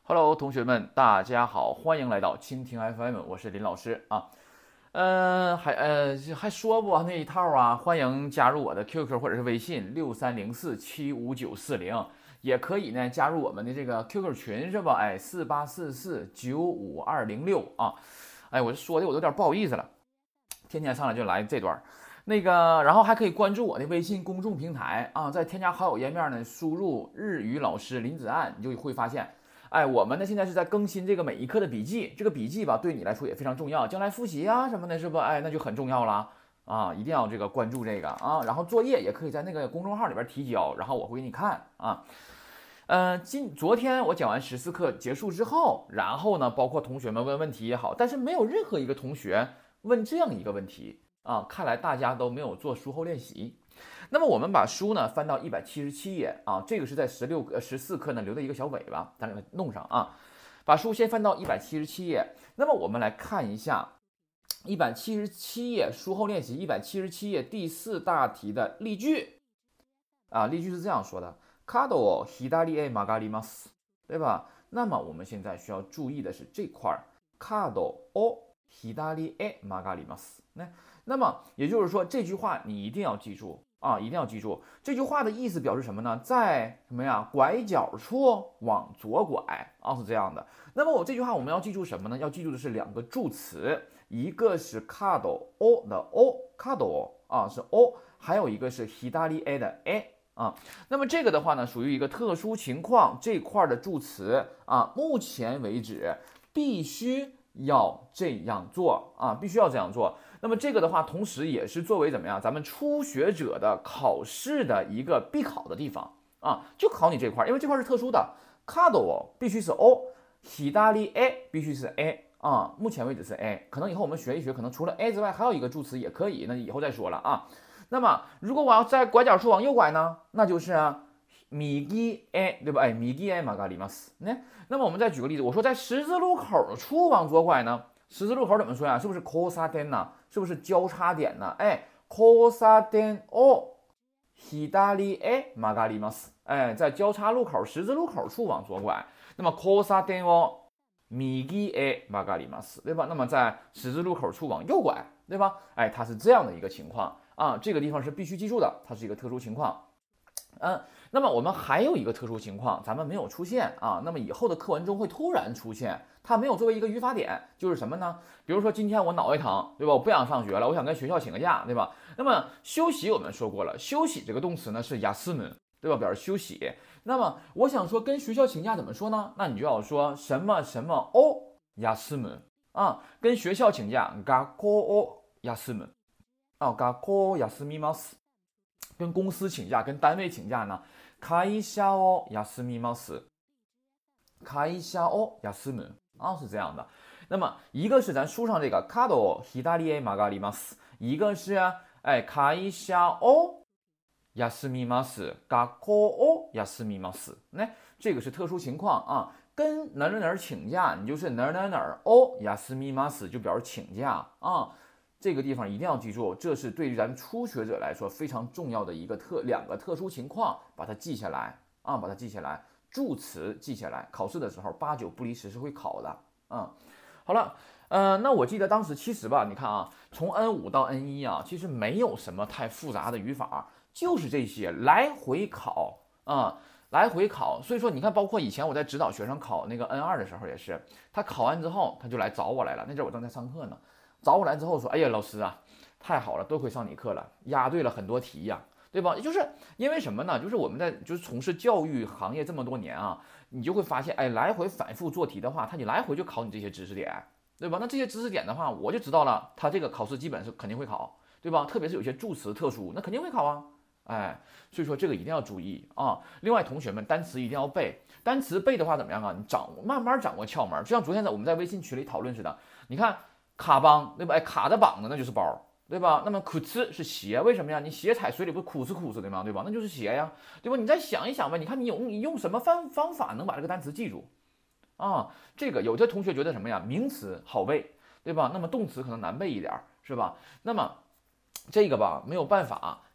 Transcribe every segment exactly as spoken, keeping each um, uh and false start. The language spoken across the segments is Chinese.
Hello，同学们，大家好，欢迎来到蜻蜓 F M，我是林老师啊。呃，还呃还说不那一套啊？欢迎加入我的 Q Q 或者是微信六三零四七五九四零，也可以呢加入我们的这个 Q Q 群是吧？哎，四八四四九五二零六啊。哎，我说的我有点不好意思了，天天上来就来这段。那个，然后还可以关注我的微信公众平台啊，在添加好友页面呢，输入日语老师林子岸，你就会发现。哎，我们呢现在是在更新这个每一课的笔记，这个笔记吧对你来说也非常重要，将来复习啊什么的，是不？哎，那就很重要了啊，一定要这个关注这个啊。然后作业也可以在那个公众号里边提交，然后我会给你看啊。呃，今昨天我讲完十四课结束之后，然后呢，包括同学们问问题也好，但是没有任何一个同学问这样一个问题啊，看来大家都没有做书后练习。那么我们把书呢翻到一百七十七页啊，这个是在十六呃十四课呢留的一个小尾巴，咱给它弄上啊。把书先翻到一百七十七页，那么我们来看一下一百七十七页书后练习一百七十七页第四大题的例句啊，例句是这样说的：角を左へ曲がります，对吧？那么我们现在需要注意的是这块角を左へ曲がります。那那么也就是说这句话你一定要记住。啊，一定要记住这句话的意思，表示什么呢？在什么呀？拐角处往左拐啊，是这样的。那么我这句话我们要记住什么呢？要记住的是两个助词，一个是 kado o 的 o kado 啊是 o， 还有一个是 hidari e 的 e 啊。那么这个的话呢，属于一个特殊情况，这块的助词啊，目前为止必须要这样做啊，必须要这样做。那么这个的话，同时也是作为怎么样，咱们初学者的考试的一个必考的地方啊，就考你这块，因为这块是特殊的。角必须是 o， 左 a 必须是 a 啊，目前为止是 a， 可能以后我们学一学，可能除了 a 之外，还有一个助词也可以，那以后再说了啊。那么如果我要在拐角处往右拐呢，那就是右 a， 对吧？哎，右 a 曲がります。那那么我们再举个例子，我说在十字路口处往左拐呢，十字路口怎么说呀？是不是交差点呢？是不是交叉点呢？哎，交差点を左へ曲がります。哎，在交叉路口、十字路口处往左拐。那么交差点を右へ曲がります，对吧？那么在十字路口处往右拐，对吧？哎，它是这样的一个情况啊，这个地方是必须记住的，它是一个特殊情况。嗯，那么我们还有一个特殊情况，咱们没有出现啊。那么以后的课文中会突然出现，它没有作为一个语法点，就是什么呢？比如说今天我脑袋疼，对吧？我不想上学了，我想跟学校请个假，对吧？那么休息我们说过了，休息这个动词呢是休む，对吧？表示休息。那么我想说跟学校请假怎么说呢？那你就要说什么什么を休む啊，跟学校请假，学校を休む啊，学校を休みます。跟公司请假，跟单位请假呢？会社を休みます。会社を休む啊，是这样的。那么一个是咱书上这个角を左へ曲がります，一个是哎会社を休みます，学校を休みます。那这个是特殊情况啊，跟哪哪哪请假，你就是哪哪哪を休みます，就表示请假啊。这个地方一定要记住，这是对于咱们初学者来说非常重要的一个特两个特殊情况，把它记下来啊，把它记下来，助词记下来，考试的时候八九不离十是会考的啊。好了，呃，那我记得当时其实吧，你看啊，从 N 五 到 N 一 啊，其实没有什么太复杂的语法，就是这些来回考啊，来回考。所以说，你看，包括以前我在指导学生考那个 N 二 的时候也是，他考完之后他就来找我来了，那阵我正在上课呢。找我来之后说：“哎呀，老师啊，太好了，多亏上你课了，押对了很多题呀、啊，对吧？就是因为什么呢？就是我们在就是从事教育行业这么多年啊，你就会发现，哎，来回反复做题的话，他你来回就考你这些知识点，对吧？那这些知识点的话，我就知道了，他这个考试基本是肯定会考，对吧？特别是有些助词特殊，那肯定会考啊，哎，所以说这个一定要注意啊。另外，同学们单词一定要背，单词背的话怎么样啊？你掌握慢慢掌握窍门，就像昨天在我们在微信群里讨论似的，你看。”卡邦对吧？哎，卡的绑的那就是包，对吧？那么裤子是鞋，为什么呀？你鞋踩水里不是哭哧哭哧的吗？对吧？那就是鞋呀，对吧？你再想一想吧，你看你用你用什么方方法能把这个单词记住啊？这个有的同学觉得什么呀？名词好背，对吧？那么动词可能难背一点，是吧？那么这个吧没有办法，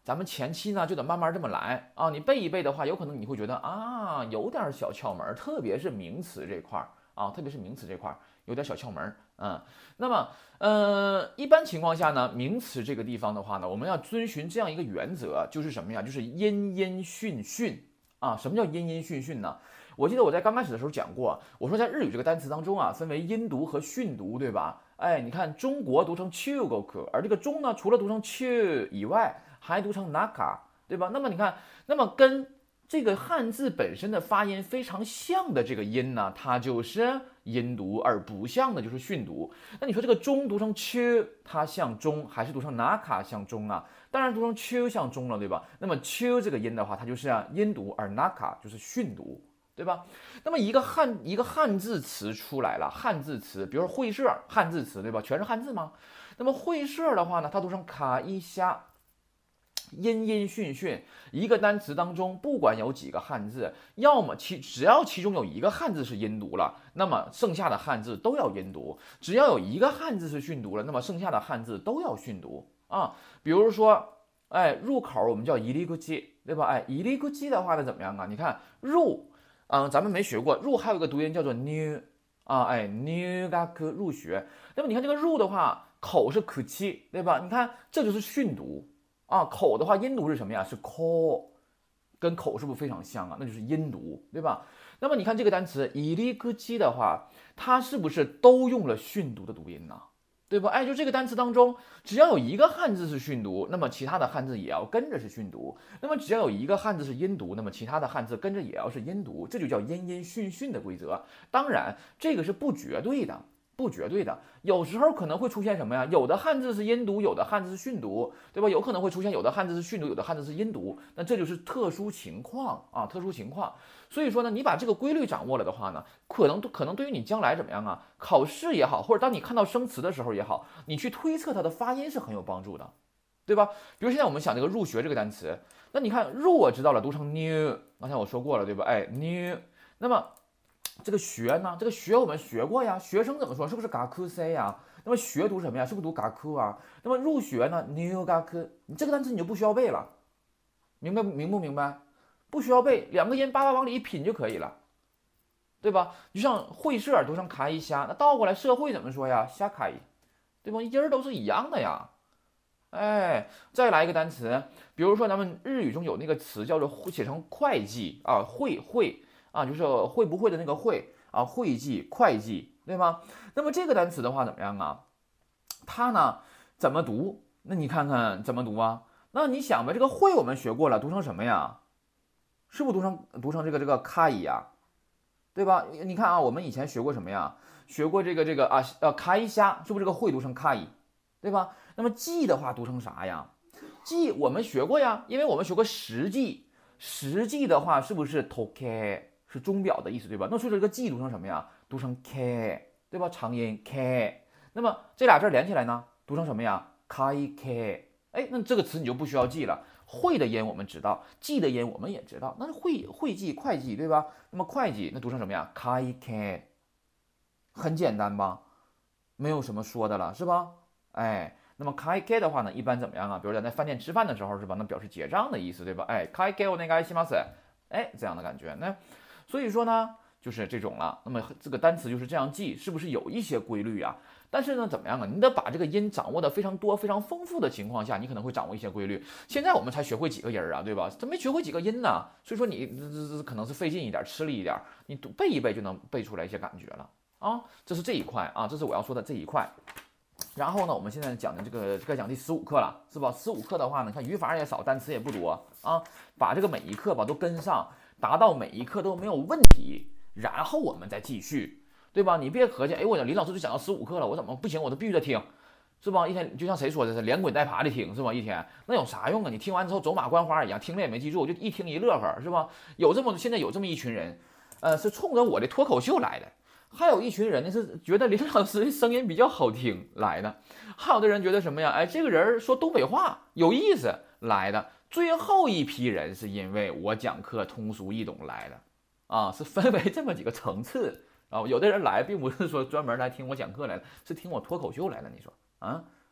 咱们前期呢就得慢慢这么来啊。你背一背的话，有可能你会觉得啊有点小窍门，特别是名词这块儿啊，特别是名词这块儿有点小窍门。嗯，那么呃一般情况下呢，名词这个地方的话呢，我们要遵循这样一个原则，就是什么呀？就是音音训训啊。什么叫音音训训呢？我记得我在刚开始的时候讲过，我说在日语这个单词当中啊，分为音读和训读，对吧？哎，你看中国读成 chugoku， 而这个中呢，除了读成 chu 以外，还读成 naka， 对吧？那么你看，那么跟这个汉字本身的发音非常像的这个音呢，它就是音读，而不像的就是训读。那你说这个中读成 chu， 它像中，还是读成 naka 像中啊？当然读成 chu 像中了，对吧？那么 chu 这个音的话，它就是啊音读，而 naka 就是训读。对吧？那么一个汉一个汉字词出来了，汉字词，比如说会社，汉字词，对吧？全是汉字吗？那么会社的话呢，它读成卡伊虾，音音训训。一个单词当中，不管有几个汉字，要么其只要其中有一个汉字是音读了，那么剩下的汉字都要音读；只要有一个汉字是训读了，那么剩下的汉字都要训读啊。比如说，哎，入口我们叫入り口，对吧？哎，入り口的话呢，怎么样啊？你看入。嗯，咱们没学过入，还有一个读音叫做 new 啊，哎 new 学入学。那么你看这个入的话，口是口气，对吧？你看这就是训读啊。口的话，音读是什么呀？是 call， 跟口是不是非常像啊？那就是音读，对吧？那么你看这个单词入り口的话，它是不是都用了训读的读音呢？对吧？哎，就这个单词当中，只要有一个汉字是训读，那么其他的汉字也要跟着是训读；那么只要有一个汉字是音读，那么其他的汉字跟着也要是音读，这就叫音音训训的规则。当然，这个是不绝对的，不绝对的。有时候可能会出现什么呀？有的汉字是音读，有的汉字是训读，对吧？有可能会出现有的汉字是训读，有的汉字是音读，那这就是特殊情况啊，特殊情况。所以说呢，你把这个规律掌握了的话呢，可能可能对于你将来怎么样啊，考试也好，或者当你看到生词的时候也好，你去推测它的发音是很有帮助的，对吧？比如现在我们想这个入学这个单词，那你看入我知道了，读成 new， 刚才我说过了，对吧？哎 new， 那么这个学呢，这个学我们学过呀，学生怎么说？是不是 gakusei 呀？那么学读什么呀？是不是读 gaku 啊？那么入学呢 new gaku， 你这个单词你就不需要背了，明白明不明白？不需要背，两个音叭叭往里一品就可以了，对吧？就像会社读成卡一虾，那倒过来社会怎么说呀？虾卡一，对吧？音儿都是一样的呀。哎，再来一个单词，比如说咱们日语中有那个词叫做写成会计啊，会会啊，就是会不会的那个会啊，会计会计，对吗？那么这个单词的话怎么样啊？它呢怎么读？那你看看怎么读啊？那你想吧，这个会我们学过了，读成什么呀？是不是读成读成这个这个卡伊呀，对吧？你看啊，我们以前学过什么呀？学过这个这个啊呃卡伊虾，是不是这个会读成卡伊，对吧？那么记的话读成啥呀？记我们学过呀，因为我们学过实际，实际的话是不是 toke 是钟表的意思，对吧？那所以说这个记读成什么呀？读成 k， 对吧？长音 k。那么这俩字连起来呢，读成什么呀？开 k。哎，那这个词你就不需要记了。会的音我们知道，记的音我们也知道，那是会会计会计，对吧？那么会计那读成什么呀？开 k， 很简单吧？没有什么说的了，是吧？哎，那么开 k 的话呢，一般怎么样啊？比如咱在饭店吃饭的时候，是吧？那表示结账的意思，对吧？哎，开 k 我那个西马斯，哎，这样的感觉。那所以说呢，就是这种了。那么这个单词就是这样记，是不是有一些规律啊？但是呢，怎么样啊？你得把这个音掌握的非常多、非常丰富的情况下，你可能会掌握一些规律。现在我们才学会几个音啊，对吧？这没学会几个音呢，所以说你这这可能是费劲一点、吃力一点，你背一背就能背出来一些感觉了啊。这是这一块啊，这是我要说的这一块。然后呢，我们现在讲的这个该讲第十五课了，是吧？十五课的话呢，看语法也少，单词也不多啊，把这个每一课吧都跟上，达到每一课都没有问题，然后我们再继续。对吧？你别合计，哎，我林老师就讲到十五课了，我怎么不行？我都必须得听，是吧？一天就像谁说的是连滚带爬的听，是吧？一天那有啥用啊？你听完之后走马观花一样，听了也没记住，就一听一乐呵，是吧？有这么现在有这么一群人，呃，是冲着我的脱口秀来的，还有一群人呢是觉得林老师的声音比较好听来的，还有的人觉得什么呀？哎，这个人说东北话有意思来的，最后一批人是因为我讲课通俗易懂来的，啊，是分为这么几个层次。啊，有的人来并不是说专门来听我讲课来了，是听我脱口秀来了。你说啊，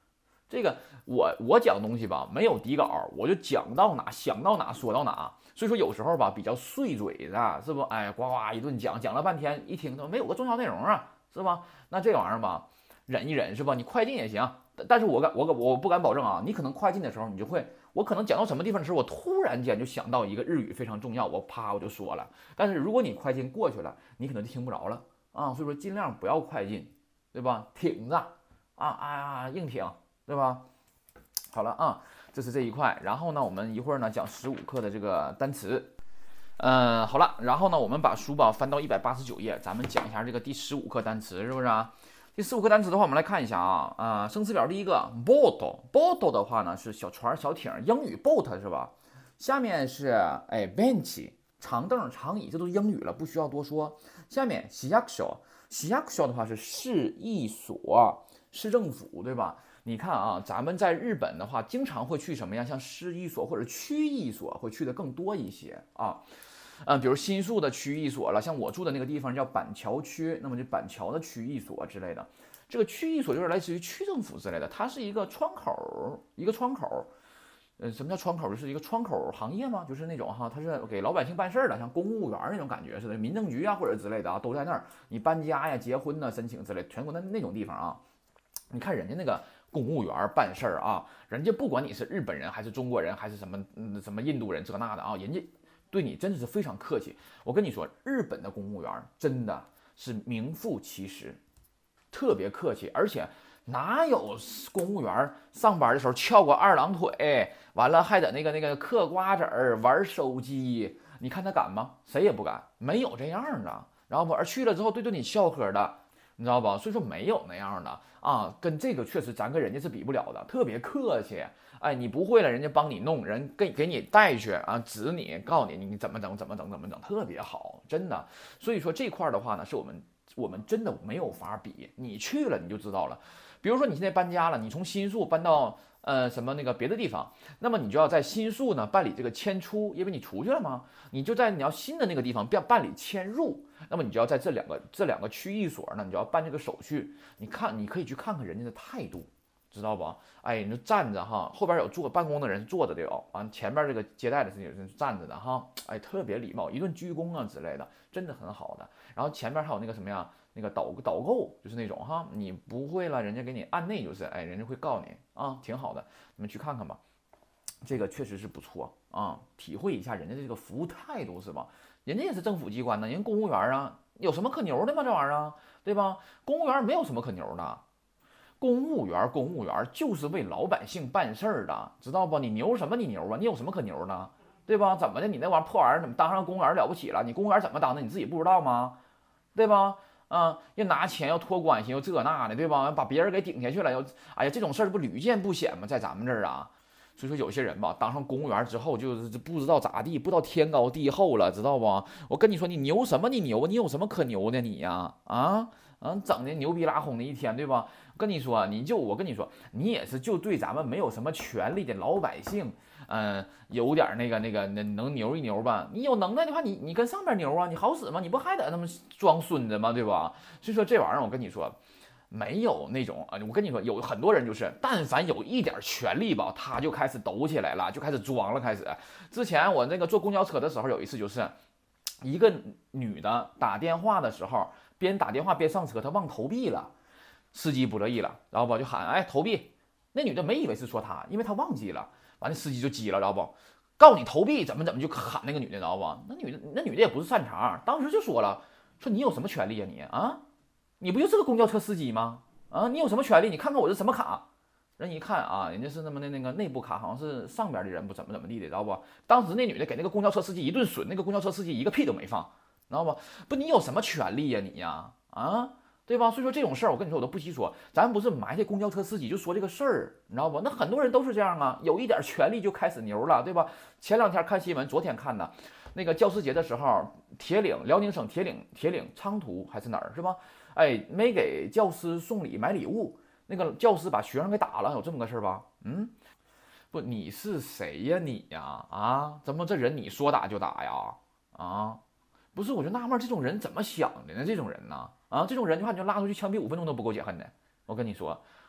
这个我我讲东西吧，没有底稿，我就讲到哪想到哪说到哪。所以说有时候吧比较碎嘴子，是不？哎，呱呱一顿讲，讲了半天，一听都没有个重要内容啊，是吧？那这玩意儿吧，忍一忍是吧？你快进也行，但是我敢我敢我不敢保证啊，你可能快进的时候，你就会，我可能讲到什么地方的时候，我突然间就想到一个日语非常重要，我啪我就说了。但是如果你快进过去了，你可能就听不着了啊。所以说尽量不要快进，对吧？挺着啊啊硬挺，对吧？好了啊，这是这一块。然后呢，我们一会儿呢讲十五课的这个单词。嗯，好了，然后呢，我们把书吧翻到一百八十九页，咱们讲一下这个第十五课单词，是不是啊？第十五课单词的话，我们来看一下啊啊、呃，生词表第一个 boat，boat 的话呢是小船、小艇，英语 boat 是吧？下面是哎 bench， 长凳、长椅，这都是英语了，不需要多说。下面市役所，市役所的话是市役所，市政府，对吧？你看啊，咱们在日本的话，经常会去什么呀？像市役所或者区役所会去的更多一些啊。嗯，比如新宿的区役所了，像我住的那个地方叫板桥区，那么就板桥的区役所之类的。这个区役所就是来自于区政府之类的，它是一个窗口，一个窗口。呃，什么叫窗口？就是一个窗口行业吗？就是那种哈，它是给老百姓办事儿的，像公务员那种感觉似的，民政局啊或者之类的啊，都在那儿。你搬家呀、结婚呐、申请之类，全国的那种地方啊。你看人家那个公务员办事儿啊，人家不管你是日本人还是中国人还是什么嗯什么印度人这那的啊，人家对你真的是非常客气。我跟你说，日本的公务员真的是名副其实，特别客气，而且哪有公务员上班的时候翘个二郎腿，完了还在那个那个嗑瓜子儿玩手机？你看他敢吗？谁也不敢，没有这样的。然后不，而去了之后对对你笑呵的。你知道吧？所以说没有那样的啊，跟这个确实咱跟人家是比不了的，特别客气。哎，你不会了，人家帮你弄，人给给你带去啊，指你，告诉你你怎么整，怎么整，怎么整，特别好，真的。所以说这块的话呢，是我们我们真的没有法比，你去了你就知道了。比如说你现在搬家了，你从新宿搬到呃什么那个别的地方，那么你就要在新宿呢办理这个迁出，因为你出去了吗？你就在你要新的那个地方办办理迁入。那么你就要在这两个这两个区役所呢，你就要办这个手续。你看，你可以去看看人家的态度，知道不？哎，你就站着哈，后边有坐办公的人坐着的有，完前边这个接待的是人站着的哈，哎，特别礼貌，一顿鞠躬啊之类的，真的很好的。然后前边还有那个什么呀，那个导导购，就是那种哈，你不会了，人家给你按内就是，哎，人家会告诉你啊，挺好的，你们去看看吧。这个确实是不错啊，体会一下人家这个服务态度是吧？人家也是政府机关呢，人公务员啊，有什么可牛的吗？这玩意儿啊，对吧？公务员没有什么可牛的，公务员公务员就是为老百姓办事儿的，知道不？你牛什么？你牛啊？你有什么可牛的？对吧？怎么的？你那玩意儿破玩意儿怎么当上公务员了不起了？你公务员怎么当的？你自己不知道吗？对吧？啊，要拿钱，要托关系，又这那的，对吧？把别人给顶下去了，又哎呀，这种事儿不屡见不鲜吗？在咱们这儿啊。所以说有些人吧，当上公务员之后就是不知道咋地，不知道天高地厚了，知道不？我跟你说，你牛什么？你牛？你有什么可牛的你呀？啊啊，整的牛逼拉哄的一天，对吧？我跟你说，你就我跟你说，你也是就对咱们没有什么权利的老百姓，嗯、呃，有点那个那个能能牛一牛吧？你有能耐的话，你你跟上边牛啊，你好使吗？你不还得那么装孙子吗？对吧？所以说这玩意儿，我跟你说。没有那种啊，我跟你说，有很多人就是，但凡有一点权利吧，他就开始抖起来了，就开始装了。开始，之前我那个坐公交车的时候，有一次就是一个女的打电话的时候，边打电话边上车，她忘投币了，司机不乐意了，然后吧就喊哎投币，那女的没以为是说她，因为她忘记了，完了司机就急了，知道不？告诉你投币怎么怎么就喊那个女的，知道不？那女的那女的也不是善茬，当时就说了，说你有什么权利呀你啊？你不就是个公交车司机吗？啊，你有什么权利？你看看我是什么卡？人一看啊，人家是那么的那个内部卡，好像是上边的人不怎么怎么地的，知道不？当时那女的给那个公交车司机一顿损，那个公交车司机一个屁都没放，知道不？不，你有什么权利呀你呀？啊，对吧？所以说这种事儿，我跟你说我都不细说，咱不是埋汰公交车司机，就说这个事儿，你知道不？那很多人都是这样啊，有一点权利就开始牛了，对吧？前两天看新闻，昨天看的，那个教师节的时候，铁岭辽宁省铁岭铁岭昌图还是哪儿是吧？哎，没给教师送礼买礼物，那个教师把学生给打了，有这么个事儿吧？嗯，不，你是谁呀你呀？啊，怎么这人你说打就打呀？啊，不是，我就纳闷这种人怎么想的呢？这种人呢？啊，这种人的话你就拉出去枪毙五分钟都不够解恨的。我跟你说，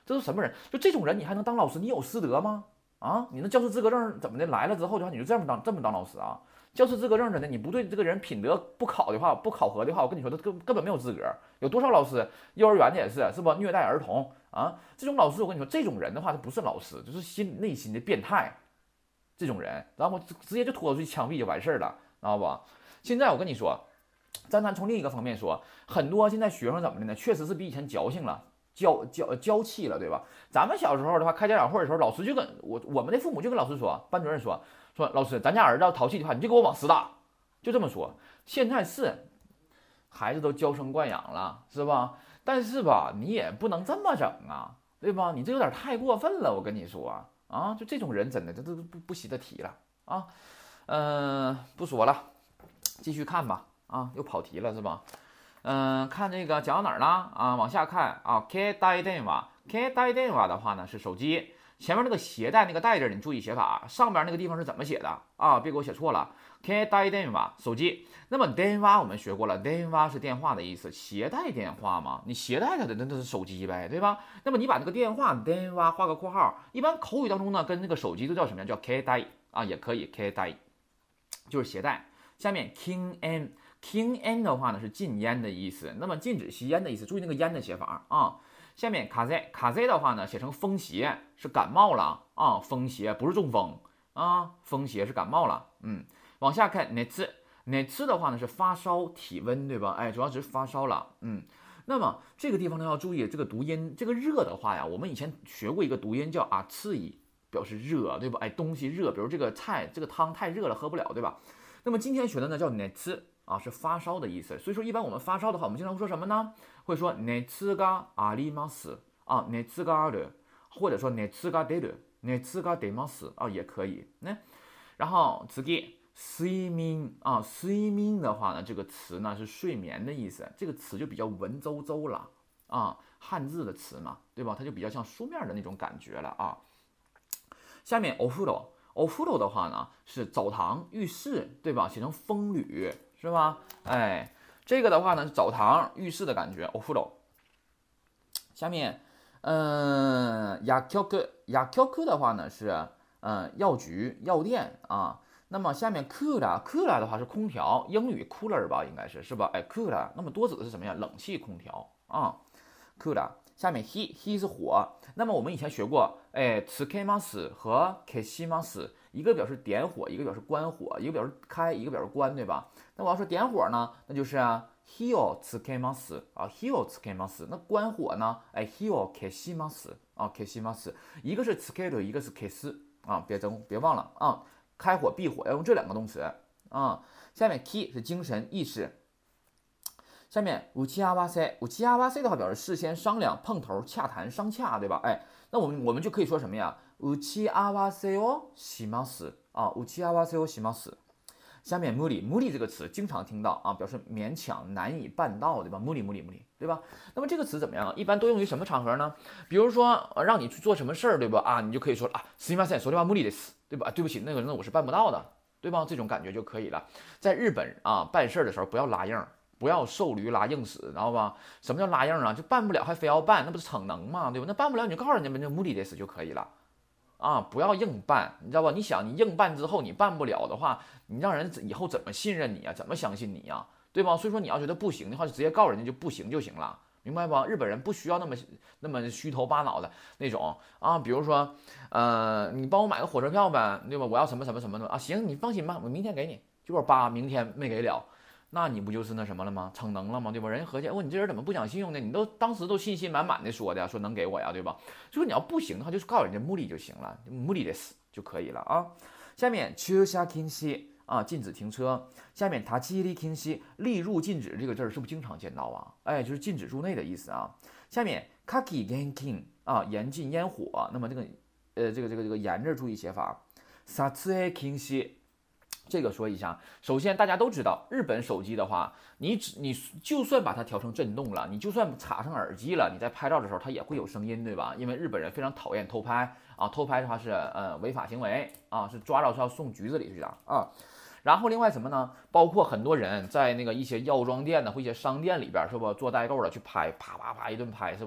这都什么人？就这种人，你还能当老师？你有师德吗？啊，你那教师资格证怎么的来了之后的话，你就这么当这么当老师啊？教师资格证真的，你不对这个人品德不考的话，不考核的话，我跟你说，他根根本没有资格。有多少老师，幼儿园的也是，是不虐待儿童啊？这种老师，我跟你说，这种人的话，他不是老师，就是心内心的变态。这种人，然后直接就拖出去枪毙就完事儿了，知道不？现在我跟你说，咱咱从另一个方面说，很多现在学生怎么的呢？确实是比以前矫情了。娇娇娇气了，对吧？咱们小时候的话，开家长会的时候，老师就跟我我们的父母就跟老师说，班主任说说老师，咱家儿子要淘气的话，你就给我往死打，就这么说。现在是孩子都娇生惯养了，是吧？但是吧，你也不能这么整啊，对吧？你这有点太过分了，我跟你说啊，就这种人真的这都不不惜的提了啊。嗯、呃，不说了，继续看吧。啊，又跑题了是吧？嗯，看这个讲到哪儿了啊？往下看啊 ，K 带电话 ，K 带电话的话呢是手机前面那个携带那个带字，你注意写法，上边那个地方是怎么写的啊？别给我写错了。K 带电话，手机。那么电话我们学过了，电话是电话的意思，携带电话嘛，你携带它的那都是手机呗，对吧？那么你把那个电话电话画个括号，一般口语当中呢跟那个手机都叫什么呀？叫 K 带啊，也可以 K 带，就是携带。下面 King N。King N 的话呢是禁烟的意思，那么禁止吸烟的意思，注意那个烟的写法啊。下面卡在卡在的话呢写成风邪，是感冒了啊，风邪不是中风啊，风邪是感冒了。嗯，往下看哪次哪次的话呢是发烧体温，对吧？哎，主要只是发烧了。嗯，那么这个地方呢要注意这个读音，这个热的话呀，我们以前学过一个读音叫啊次一，表示热，对吧？哎，东西热，比如这个菜这个汤太热了喝不了，对吧？那么今天学的呢叫哪次。啊，是发烧的意思，所以说一般我们发烧的话，我们经常会说什么呢？会说熱があります啊，熱がある，或者说熱が出る，熱が出ます啊，也可以。那然后次睡眠啊，睡眠的话呢，这个词呢是睡眠的意思，这个词就比较文绉绉了啊，汉字的词嘛，对吧？它就比较像书面的那种感觉了啊。下面お風呂，お風呂的话呢是澡堂、浴室，对吧？写成风吕。是吧？哎，这个的话呢，澡堂、浴室的感觉。お風呂。下面，嗯，薬局，薬局的话呢是，嗯，药局、药店啊。那么下面 cooler，cooler 的话是空调，英语 cooler 吧，应该是是吧？哎 cooler，那么多指的是什么呀？冷气空调啊 cooler。下面 he he 是火，那么我们以前学过，哎，つけます和消します，一个表示点火，一个表示关火，一个表示开，一个表示关，对吧？那我要说点火呢，那就是啊火をつけます啊，火をつけます。那关火呢，哎，火を消します啊，消します。一个是つける，一个是消す啊，别争，别忘了啊，开火闭火要用这两个动词啊。下面 key 是精神意识。下面打ち合わせ，打ち合わせ的话表示事先商量、碰头、洽谈、商洽，对吧？哎，那我们我们就可以说什么呀？打ち合わせをします啊，打ち合わせをします。下面無理，無理这个词经常听到啊，表示勉強、難以辦到，对吧？無理無理無理，对吧？那么这个词怎么样？一般都用于什么场合呢？比如说、呃、让你去做什么事儿，对吧？啊，你就可以说啊，すみません、それは無理です，对吧？对不起，那个人我是办不到的，对吧？这种感觉就可以了。在日本啊，办事儿的时候不要拉硬。不要瘦驴拉硬死，知道吧？什么叫拉硬啊？就办不了还非要办，那不是逞能吗？对吧？那办不了你就告诉人家们，就無理です就可以了，啊，不要硬办，你知道吧？你想你硬办之后你办不了的话，你让人以后怎么信任你啊？怎么相信你啊？对吧？所以说你要觉得不行的话，就直接告诉人家就不行就行了，明白不？日本人不需要那么那么虚头巴脑的那种啊，比如说，呃，你帮我买个火车票呗，对吧？我要什么什么什么的啊？行，你放心吧，我明天给你，结果八明天没给了。那你不就是那什么了吗？逞能了吗？对吧？人家合计，哦，你这人怎么不讲信用呢？你都当时都信心满满的说的，说能给我呀，对吧？所以说你要不行的话，就是告诉人家無理就行了，無理です就可以了啊。下面駐車禁止啊，禁止停车。下面立ち入り禁止，立入禁止这个字儿是不是经常见到啊？哎，就是禁止入内的意思啊。下面火気厳禁啊，严禁烟火。那么这个呃这个这个这个严字注意写法。撮影禁止。这个说一下，首先大家都知道，日本手机的话，你只你就算把它调成震动了，你就算插上耳机了，你在拍照的时候它也会有声音，对吧？因为日本人非常讨厌偷拍啊，偷拍的话是呃违法行为啊，是抓着是要送局子里去的啊。然后另外什么呢？包括很多人在那个一些药妆店呢或一些商店里边，是不做代购的去拍，啪啪啪一顿拍，是吧？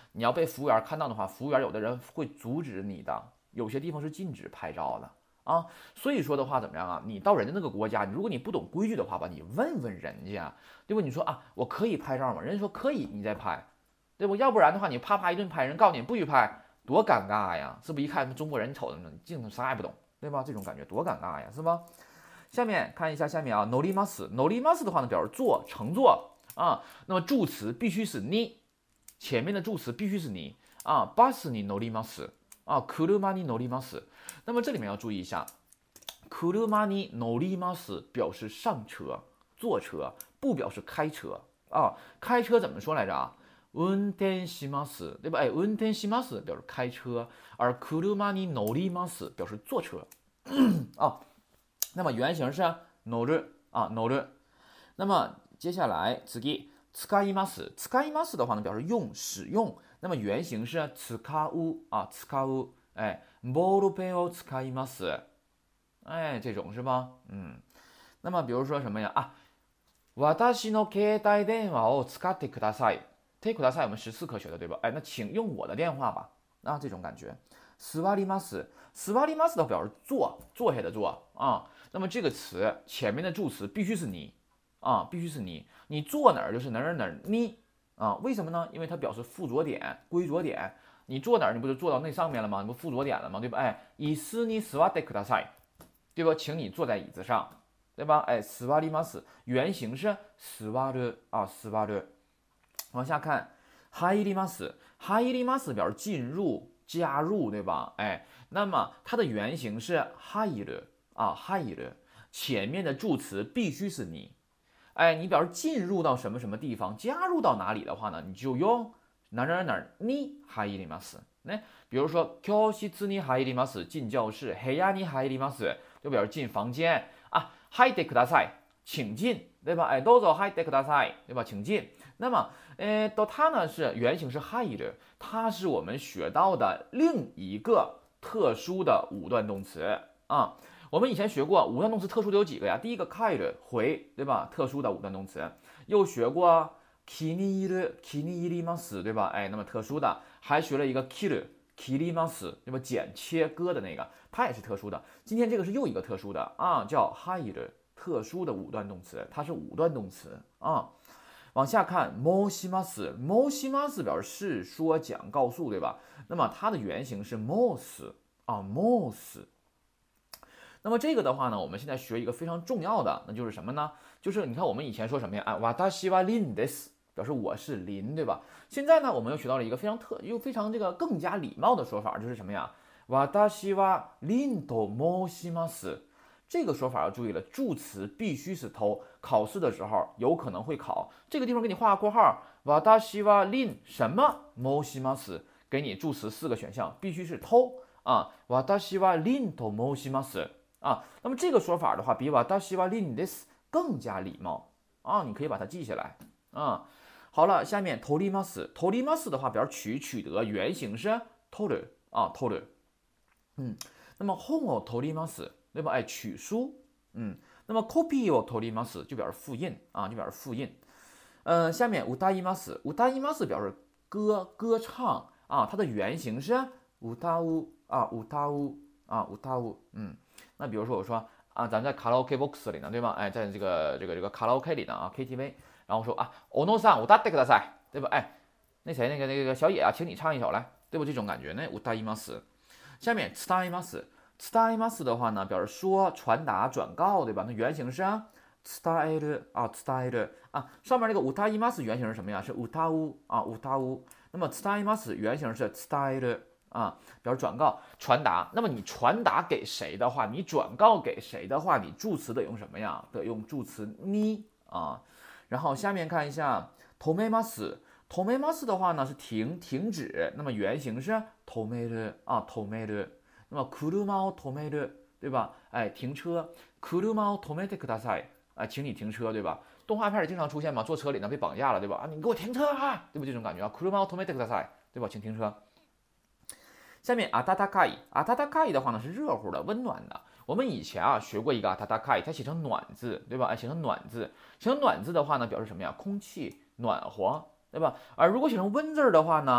你要被服务员看到的话，服务员有的人会阻止你的，有些地方是禁止拍照的啊。所以说的话怎么样啊？你到人家那个国家，如果你不懂规矩的话吧，你问问人家，对吧？你说啊，我可以拍照吗？人家说可以，你再拍，对不？要不然的话，你啪啪一顿拍，人告诉你不许拍，多尴尬呀！是不是？一看中国人瞅着呢，净他啥也不懂，对吧？这种感觉多尴尬呀，是吧？下面看一下下面啊 ，no ります ，no ります的话呢，表示做、乘坐啊。那么助词必须是你，前面的助词必须是你啊。バスに乗ります啊，車に乗ります。那么这里面要注意一下，車に乗ります表示上车、坐车，不表示开车啊。开车怎么说来着啊？運転します，对吧？哎，運転します表示开车，而車に乗ります表示坐车啊。那么原型是乗る啊，乗る。那么接下来次使います，使います的话呢，表示用、使用。那么原型是使う啊，使う。哎，ボールペンを使います。哎，这种是吧？嗯。那么比如说什么呀？啊，私の携帯電話を使ってください。take ください我们十四课学的对吧？哎，那请用我的电话吧。啊，这种感觉。座ります，座ります的表示坐，坐下的坐啊。那么这个词前面的助词必须是你啊，必须是你。你坐哪儿就是哪儿哪儿你啊？为什么呢？因为它表示附着点、归着点。你坐哪儿，你不就坐到那上面了吗？你不附着点了吗？对吧？哎，椅子に座ってください，对吧？请你坐在椅子上，对吧？哎，座ります原型是座る啊，座る。往下看，入ります，入ります表示进入、加入，对吧？哎，那么它的原型是入る啊，入る，前面的助词必须是你。哎，你表示进入到什么什么地方，加入到哪里的话呢，你就用哪哪哪に入ります。那比如说教室に入ります，进教室；部屋に入ります，就表示进房间啊。入ってください，请进，对吧？哎，どうぞ入ってください，对吧？请进。那么，呃，到它呢是原型是入る，它是我们学到的另一个特殊的五段动词啊。我们以前学过五段动词特殊的有几个呀？第一个帰る回，对吧？特殊的五段动词。又学过気に入る、気に入ります，对吧？哎，那么特殊的，还学了一个切る、切ります，对吧？剪、切、割的那个，它也是特殊的。今天这个是又一个特殊的啊，叫入る，特殊的五段动词，它是五段动词啊。往下看，申します，申します表示说、讲、告诉，对吧？那么它的原型是申す啊，申す。那么这个的话呢，我们现在学一个非常重要的，那就是什么呢？就是你看我们以前说什么呀？啊，私はリンです，表示我是林，对吧？现在呢，我们又学到了一个非常特又非常这个更加礼貌的说法，就是什么呀？私はリンと申します。这个说法要注意了，助词必须是偷，考试的时候有可能会考。这个地方给你画个括号，私はリン什么申します，给你助词四个选项，必须是偷啊。私はリンと申します。啊，那么这个说法的话，比私はリンです更加礼貌啊，你可以把它记下来啊。好了，下面取ります，取ります的话表示取、取得，原型是取る啊，取る。嗯，那么本を取ります，对吧？哎，取书。嗯，那么コピーを取ります就表示复印啊，就表示复印。呃，下面歌います，歌います表示歌、歌唱啊，它的原型是歌う啊，歌う啊，歌う。嗯。那比如说我说啊，咱们在卡拉 OK box 里呢，对吧？哎，在这个这个这个卡拉 OK 里呢啊 ，K T V， 然后说啊，小野さん歌ってください，对吧？哎，那谁那个那个小野啊，请你唱一首来，对吧？这种感觉呢，歌います。下面伝えます，伝えます的话呢，表示说、传达、转告，对吧？那原型是伝える啊，伝える啊。上面那个歌います原型是什么呀？是歌う啊，歌う。那么伝えます原型是伝える。啊，表示转告、传达。那么你传达给谁的话，你转告给谁的话，你助词得用什么呀？得用助词に啊。然后下面看一下止めます，止めます的话呢是停、停止。那么原型是止める啊，止める。那么車を止める，对吧？哎，停车。車を止めてください，哎，请你停车，对吧？动画片里经常出现嘛，坐车里呢被绑架了，对吧？啊，你给我停车啊，对吧？这种感觉啊，車を止めてください，对吧？请停車。下面温かい，温かい的话呢是热乎的、温暖的。我们以前啊学过一个温かい，它写成暖字，对吧？哎，写成暖字，写成暖字的话呢，表示什么呀？空气暖和，对吧？而如果写成温字的话呢，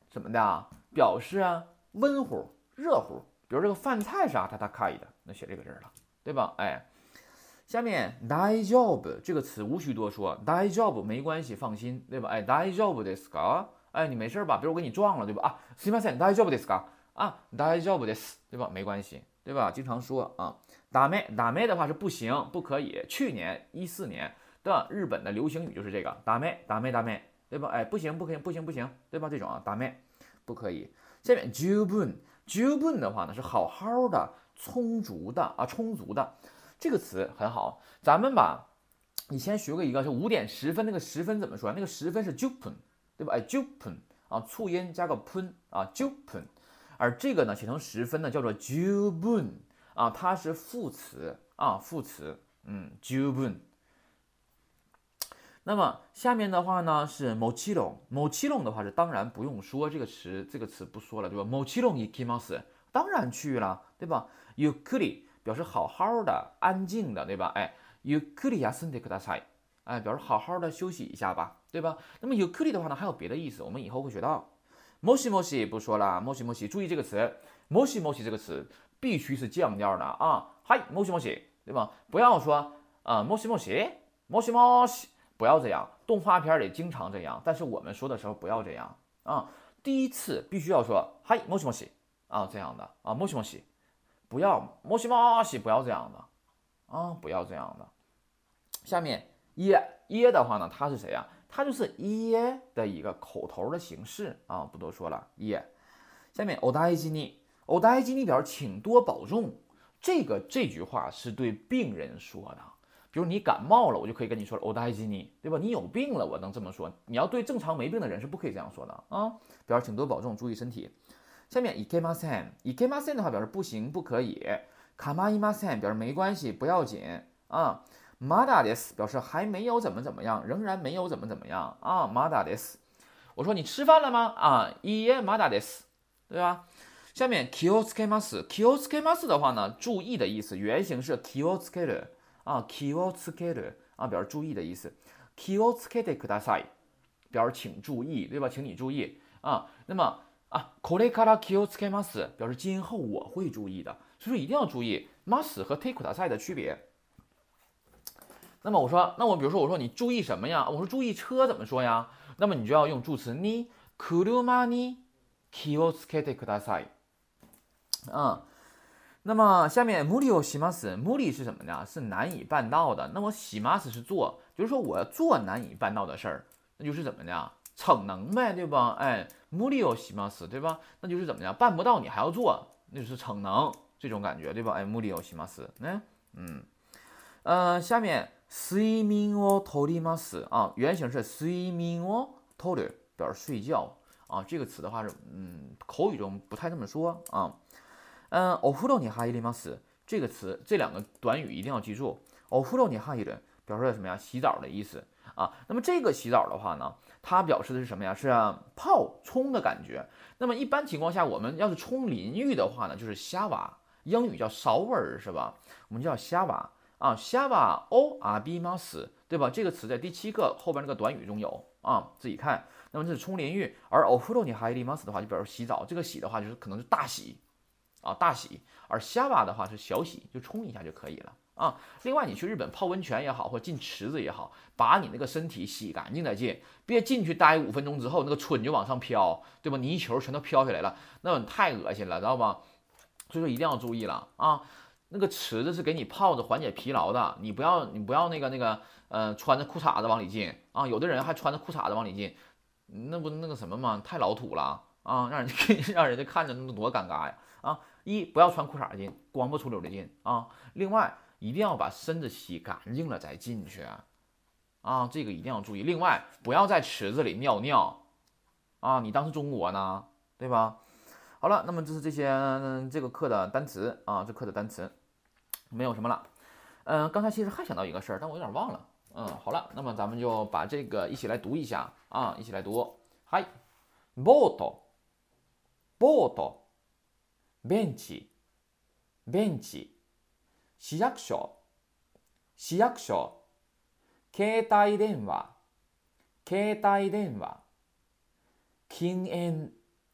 怎么的啊？表示啊温乎、热乎。比如这个饭菜是啊，它它开的，那写这个字了，对吧？哎，下面大丈夫这个词无需多说，大丈夫没关系，放心，对吧？哎，大丈夫ですか？哎，你没事吧？比如我给你撞了，对吧？啊，すみません、大丈夫ですか？啊，大丈夫です，对吧？没关系，对吧？经常说啊，ダメダメ的话是不行，不可以。去年一四年的日本的流行语就是这个，ダメダメダメ，对吧？哎，不行，不可以，不行，不行，对吧？这种啊，ダメ不可以。下面十分。十分的话呢是好好的、充足的啊，充足的这个词很好。咱们吧以前学过一个是五点十分，那个十分怎么说？那个十分是十分，对吧？哎，十分啊，促音加个喷啊，十分。而这个呢写成十分呢叫做十分啊，它是副词啊，副词，嗯，十分。那么下面的话呢是もちろん，もちろん的话是当然不用说，这个词这个词不说了，对吧？もちろん行きます，当然去了，对吧？ゆっくり表示好好的、安静的，对吧？哎，ゆっくり休んでください，哎，表示好好的休息一下吧，对吧？那么ゆっくり的话呢还有别的意思，我们以后会学到。もしもし不说了，もしもし，注意这个词，もしもし这个词必须是降调的啊，嗨，もしもし，对吧？不要说啊，もしもし，もしもし。不要这样，动画片里经常这样，但是我们说的时候不要这样啊。第一次必须要说嗨，もしもし啊，这样的啊，もしもし，不要もしもし，不要这样的啊，不要这样的。下面耶耶的话呢，它是谁呀、啊？它就是耶的一个口头的形式啊，不多说了耶。下面お大事に，お大事に表示请多保重，这个这句话是对病人说的。比如你感冒了，我就可以跟你说了，お大事に，对吧？你有病了，我能这么说。你要对正常没病的人是不可以这样说的啊。表示请多保重，注意身体。下面いけません，いけません的话表示不行，不可以。構いません表示没关系，不要紧啊。まだです，表示还没有怎么怎么样，仍然没有怎么怎么样啊。まだです。我说你吃饭了吗？啊，いいえ、まだです，对吧？下面気をつけます，気をつけます的话呢，注意的意思，原型是気をつける。啊，気をつける啊，表示注意的意思。気をつけてください，表示请注意，对吧？请你注意啊。那么啊，これから気をつけます，表示今后我会注意的。所以说一定要注意ます和てください的区别。那么我说，那我比如说我说你注意什么呀？我说注意车怎么说呀？那么你就要用助词に、車に気をつけてください。啊。那么下面無理をします，無理是什么呢？是难以办到的。那么します是做，就是说我做难以办到的事儿，那就是怎么呢？逞能呗，对吧？哎，無理をします，对吧？那就是怎么样？办不到你还要做，那就是逞能这种感觉，对吧？哎，無理をします，嗯嗯，呃，下面睡眠をとります啊，原型是睡眠をとる，表示睡觉啊。这个词的话是，嗯，口语中不太这么说啊。嗯，お風呂に入ります这个词，这两个短语一定要记住。お風呂に入る表示什么呀？洗澡的意思啊。那么这个洗澡的话呢，它表示的是什么呀？是、啊、泡冲的感觉。那么一般情况下，我们要是冲淋浴的话呢，就是シャワー，英语叫shower是吧？我们叫シャワー啊，シャワーを浴びます，对吧？这个词在第七课后边那个短语中有啊，自己看。那么这是冲淋浴，而お風呂に入ります的话就表示洗澡，这个洗的话就是可能是大洗。啊，大洗，而シャワー的话是小洗，就冲一下就可以了啊。另外，你去日本泡温泉也好，或进池子也好，把你那个身体洗干净再进，别进去待五分钟之后，那个春就往上飘，对吧？泥球全都飘下来了，那太恶心了，知道吧？所以说一定要注意了啊。那个池子是给你泡着缓解疲劳的，你不要你不要那个那个呃穿着裤衩子往里进啊。有的人还穿着裤衩子往里进，那不那个什么吗？太老土了啊，让人让人家看着那多尴尬呀啊！一不要穿裤衩进，光不出溜的进啊。另外一定要把身子洗干净了再进去啊，这个一定要注意。另外不要在池子里尿尿啊，你当是中国呢，对吧？好了，那么这是这些、嗯、这个课的单词啊，这课的单词没有什么了。嗯、呃，刚才其实还想到一个事儿，但我有点忘了。嗯，好了，那么咱们就把这个一起来读一下啊，一起来读。はい、ボート、ボート。ベンチ、ベンチ、市役所、市役所、携帯電話、携帯電話、禁煙、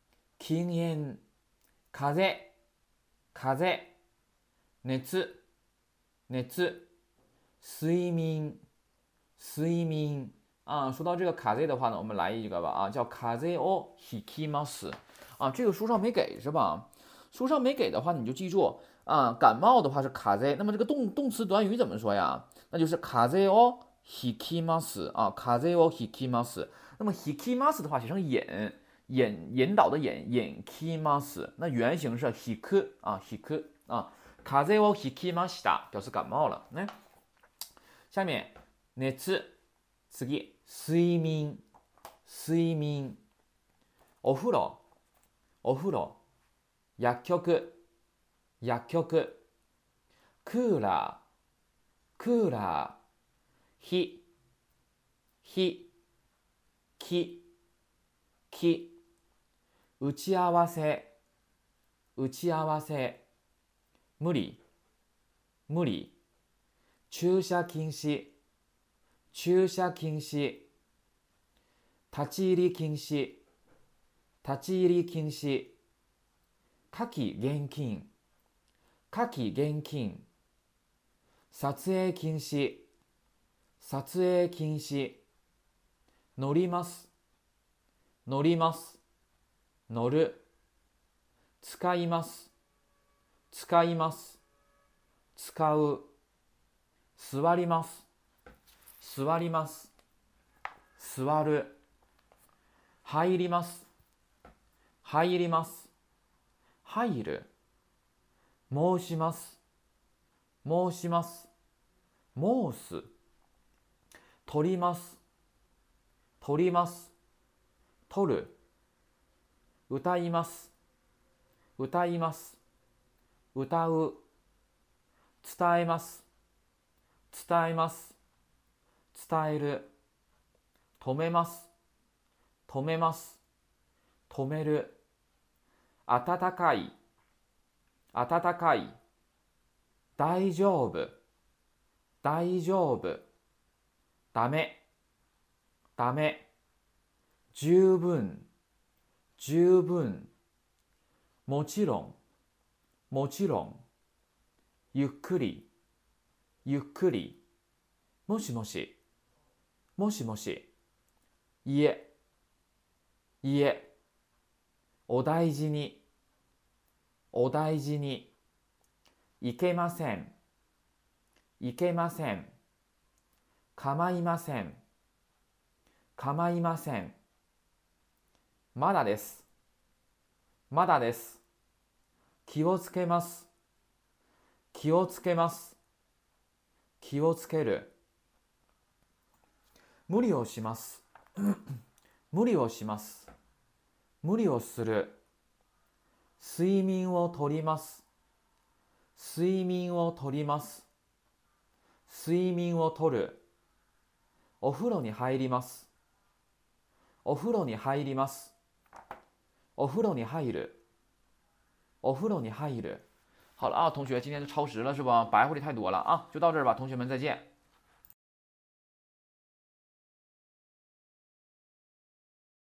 禁煙、風、風、熱、熱、睡眠、睡眠。啊，说到这个卡 Z 的话呢，我们来一个吧啊，叫卡 Z o hikimasu 啊，这个书上没给是吧？书上没给的话，你就记住啊，感冒的话是卡 Z，那么这个动动词短语怎么说呀？那就是卡 Z o hikimasu 啊，卡 Z o hikimasu。那么 hikimasu 的话写成引引引导的引引 kimasu，那原型是 hiku 啊 hiku 啊，卡 Z o hikimashita 表示感冒了。那下面熱次睡眠睡眠お風呂お風呂薬局薬局クーラークーラー火火木木打ち合わせ打ち合わせ無理無理駐車禁止駐車禁止立ち入り禁止立ち入り禁止火気厳禁火気厳禁撮影禁止撮影禁止乗ります乗ります乗る使います使います使う座ります座ります座る入ります入ります入る申します申します申す取ります取ります取る歌います歌います歌う伝えます伝えます伝える止めます止めます止める暖かい暖かい大丈夫大丈夫ダメダメ十分十分もちろんもちろんゆっくりゆっくりもしもしもしもしいえいえお大事にお大事にいけませんいけません構いません構いませんまだですまだです気をつけます気をつけます気をつける無理をします無理をします無理をする睡眠をとります睡眠をとります睡眠をとるお風呂に入りますお風呂に入りますお風呂に入るお風呂に入る好了啊，同学，今天就超时了是吧？白话的太多了啊，就到这儿吧，同学们再见。